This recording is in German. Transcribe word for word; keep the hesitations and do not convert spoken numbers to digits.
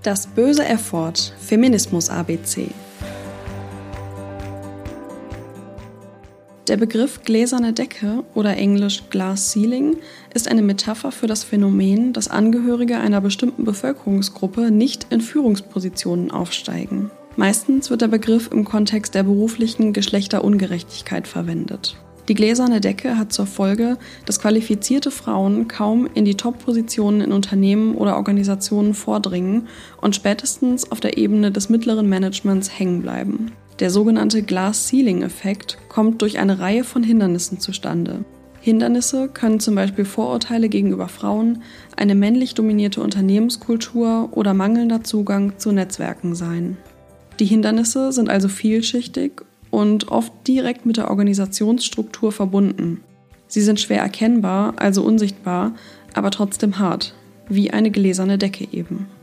Das böse F-Wort, Feminismus-A B C. Der Begriff gläserne Decke oder englisch Glass Ceiling ist eine Metapher für das Phänomen, dass Angehörige einer bestimmten Bevölkerungsgruppe nicht in Führungspositionen aufsteigen. Meistens wird der Begriff im Kontext der beruflichen Geschlechterungerechtigkeit verwendet. Die gläserne Decke hat zur Folge, dass qualifizierte Frauen kaum in die Top-Positionen in Unternehmen oder Organisationen vordringen und spätestens auf der Ebene des mittleren Managements hängen bleiben. Der sogenannte Glass-Ceiling-Effekt kommt durch eine Reihe von Hindernissen zustande. Hindernisse können zum Beispiel Vorurteile gegenüber Frauen, eine männlich dominierte Unternehmenskultur oder mangelnder Zugang zu Netzwerken sein. Die Hindernisse sind also vielschichtig und oft direkt mit der Organisationsstruktur verbunden. Sie sind schwer erkennbar, also unsichtbar, aber trotzdem hart, wie eine gläserne Decke eben.